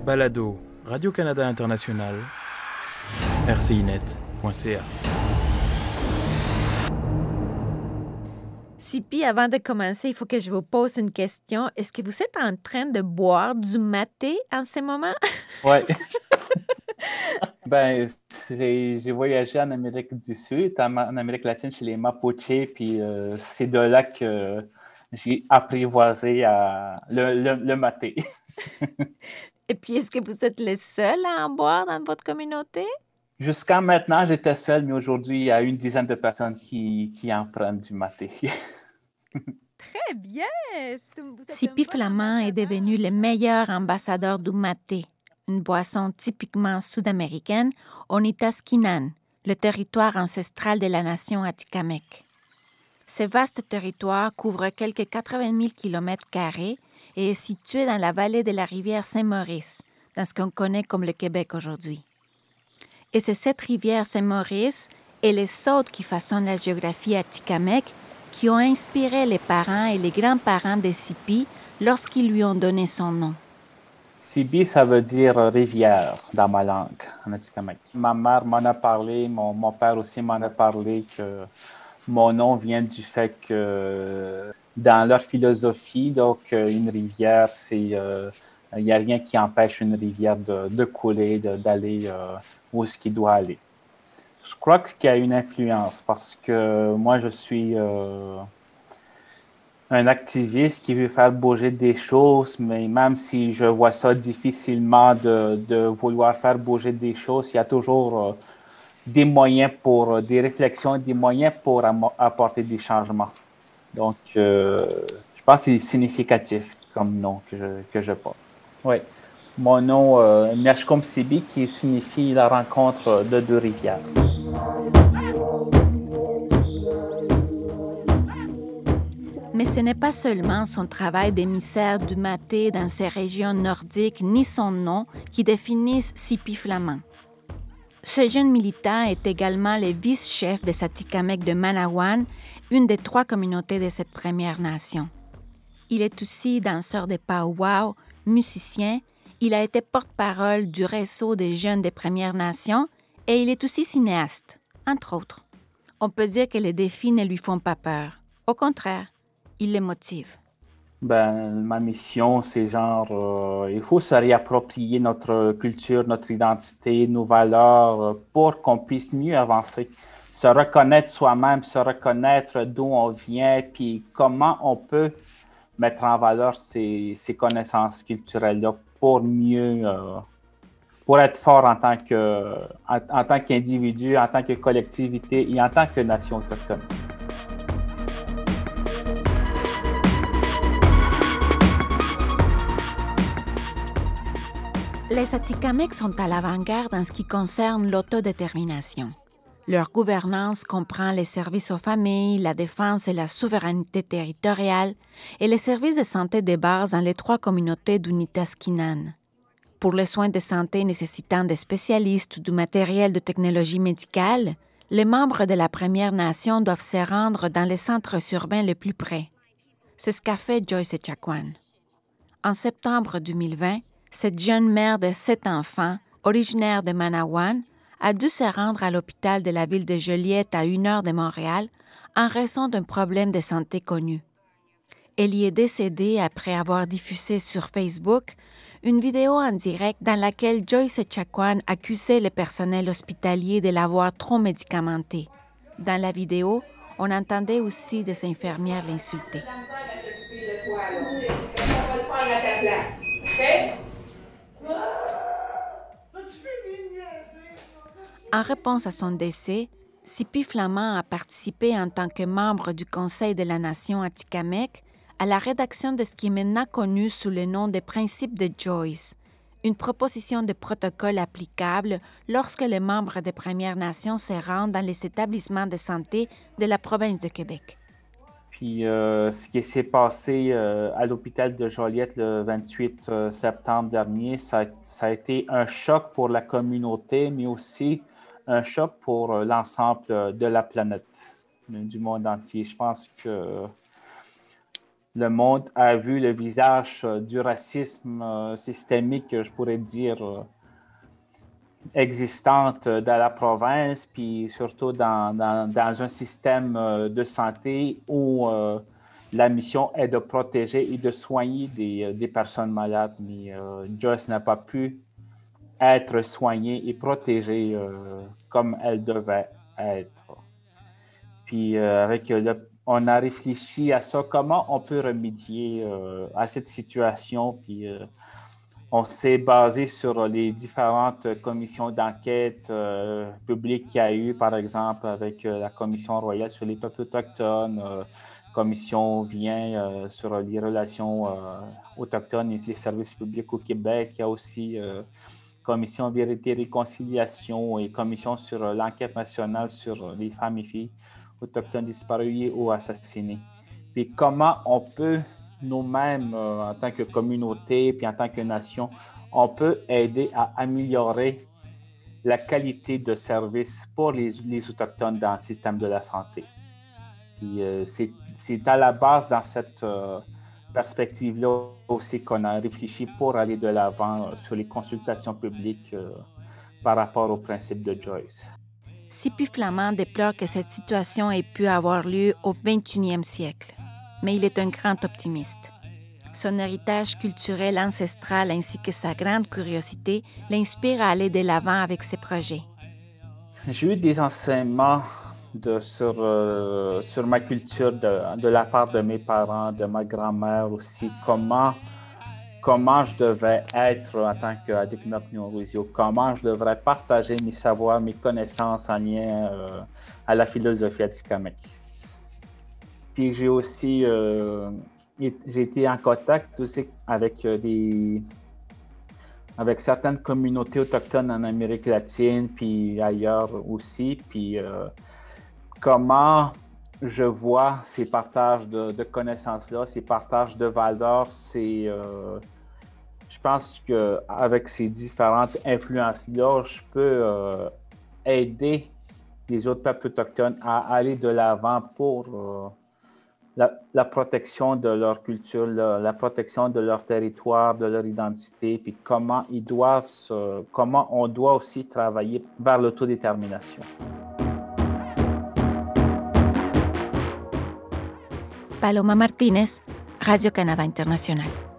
Balado, Radio-Canada International, rcinet.ca. Sipi, avant de commencer, il faut que je vous pose une question. Est-ce que vous êtes en train de boire du maté en ce moment? Oui. J'ai voyagé en Amérique du Sud, en Amérique latine, chez les Mapuche, puis c'est de là que j'ai apprivoisé le maté. Et puis, est-ce que vous êtes les seuls à en boire dans votre communauté? Jusqu'à maintenant, j'étais seul, mais aujourd'hui, il y a une dizaine de personnes qui en prennent du maté. Très bien! Sipi Flamand est devenu le meilleur ambassadeur du maté, une boisson typiquement sud-américaine, au Nitaskinan, le territoire ancestral de la nation Atikamekw. Ce vaste territoire couvre quelques 80 000 km² et est situé dans la vallée de la rivière Saint-Maurice, dans ce qu'on connaît comme le Québec aujourd'hui. Et c'est cette rivière Saint-Maurice et les sautes qui façonnent la géographie atikamekw qui ont inspiré les parents et les grands-parents de Sipi lorsqu'ils lui ont donné son nom. Sibi, ça veut dire rivière dans ma langue, en atikamekw. Ma mère m'en a parlé, mon père aussi m'en a parlé, que mon nom vient du fait que dans leur philosophie, donc une rivière, il n'y a rien qui empêche une rivière de couler, d'aller où est-ce qu'il doit aller. Je crois qu'il y a une influence parce que moi, je suis un activiste qui veut faire bouger des choses, mais même si je vois ça difficilement de vouloir faire bouger des choses, il y a toujours des moyens pour des réflexions, des moyens pour apporter des changements. Donc, je pense que c'est significatif comme nom que je porte. Oui. Mon nom, Nashkom Sibi, qui signifie la rencontre de deux rivières. Mais ce n'est pas seulement son travail d'émissaire du maté dans ces régions nordiques ni son nom qui définissent Sipi Flamand. Ce jeune militant est également le vice-chef des Atikamekw de Manawan, une des 3 communautés de cette Première Nation. Il est aussi danseur de pow-wow, musicien, il a été porte-parole du réseau des jeunes des Premières Nations et il est aussi cinéaste, entre autres. On peut dire que les défis ne lui font pas peur. Au contraire, ils les motivent. Ma mission, c'est genre, il faut se réapproprier notre culture, notre identité, nos valeurs pour qu'on puisse mieux avancer. Se reconnaître soi-même, se reconnaître d'où on vient, puis comment on peut mettre en valeur ces connaissances culturelles-là pour mieux, pour être fort en tant qu'individu, en tant que collectivité et en tant que nation autochtone. Les Atikamekw sont à l'avant-garde en ce qui concerne l'autodétermination. Leur gouvernance comprend les services aux familles, la défense et la souveraineté territoriale et les services de santé de base dans les 3 communautés du Nitaskinan. Pour les soins de santé nécessitant des spécialistes ou du matériel de technologie médicale, les membres de la Première Nation doivent se rendre dans les centres urbains les plus près. C'est ce qu'a fait Joyce Echaquan. En septembre 2020, cette jeune mère de 7 enfants, originaire de Manawan, a dû se rendre à l'hôpital de la ville de Joliette à 1 heure de Montréal en raison d'un problème de santé connu. Elle y est décédée après avoir diffusé sur Facebook une vidéo en direct dans laquelle Joyce Echaquan accusait le personnel hospitalier de l'avoir trop médicamenté. Dans la vidéo, on entendait aussi des infirmières l'insulter. En réponse à son décès, Sipi Flamand a participé en tant que membre du Conseil de la Nation Atikamekw à la rédaction de ce qui est maintenant connu sous le nom des Principes de Joyce, une proposition de protocole applicable lorsque les membres des Premières Nations se rendent dans les établissements de santé de la province de Québec. Puis ce qui s'est passé à l'hôpital de Joliette le 28 septembre dernier, ça a été un choc pour la communauté, mais aussi un choc pour l'ensemble de la planète, du monde entier. Je pense que le monde a vu le visage du racisme systémique, je pourrais dire, existante dans la province, puis surtout dans un système de santé où la mission est de protéger et de soigner des personnes malades. Mais Joyce n'a pas pu être soignée et protégée comme elle devait être. Puis on a réfléchi à ça, comment on peut remédier à cette situation, puis on s'est basé sur les différentes commissions d'enquête publiques qu'il y a eu, par exemple, avec la Commission royale sur les peuples autochtones, Commission vient sur les relations autochtones et les services publics au Québec. Il y a aussi Commission Vérité et Réconciliation et Commission sur l'enquête nationale sur les femmes et filles autochtones disparues ou assassinées. Puis comment on peut nous-mêmes, en tant que communauté, puis en tant que nation, on peut aider à améliorer la qualité de service pour les Autochtones dans le système de la santé. Puis, c'est à la base, dans cette perspective-là aussi, qu'on a réfléchi pour aller de l'avant sur les consultations publiques par rapport au principe de Joyce. Sipi Flamand déplore que cette situation ait pu avoir lieu au 21e siècle. Mais il est un grand optimiste. Son héritage culturel ancestral ainsi que sa grande curiosité l'inspirent à aller de l'avant avec ses projets. J'ai eu des enseignements sur ma culture de la part de mes parents, de ma grand-mère aussi, comment je devais être en tant qu'Adikmak-Nyorwizio, comment je devrais partager mes savoirs, mes connaissances en lien à la philosophie atikamekw. Puis j'ai aussi j'ai été en contact aussi avec certaines communautés autochtones en Amérique latine, puis ailleurs aussi. Puis comment je vois ces partages de connaissances-là, ces partages de valeurs, je pense qu'avec ces différentes influences-là, je peux aider les autres peuples autochtones à aller de l'avant pour la protection de leur culture, la protection de leur territoire, de leur identité, puis comment on doit aussi travailler vers l'autodétermination. Paloma Martínez, Radio-Canada Internacional.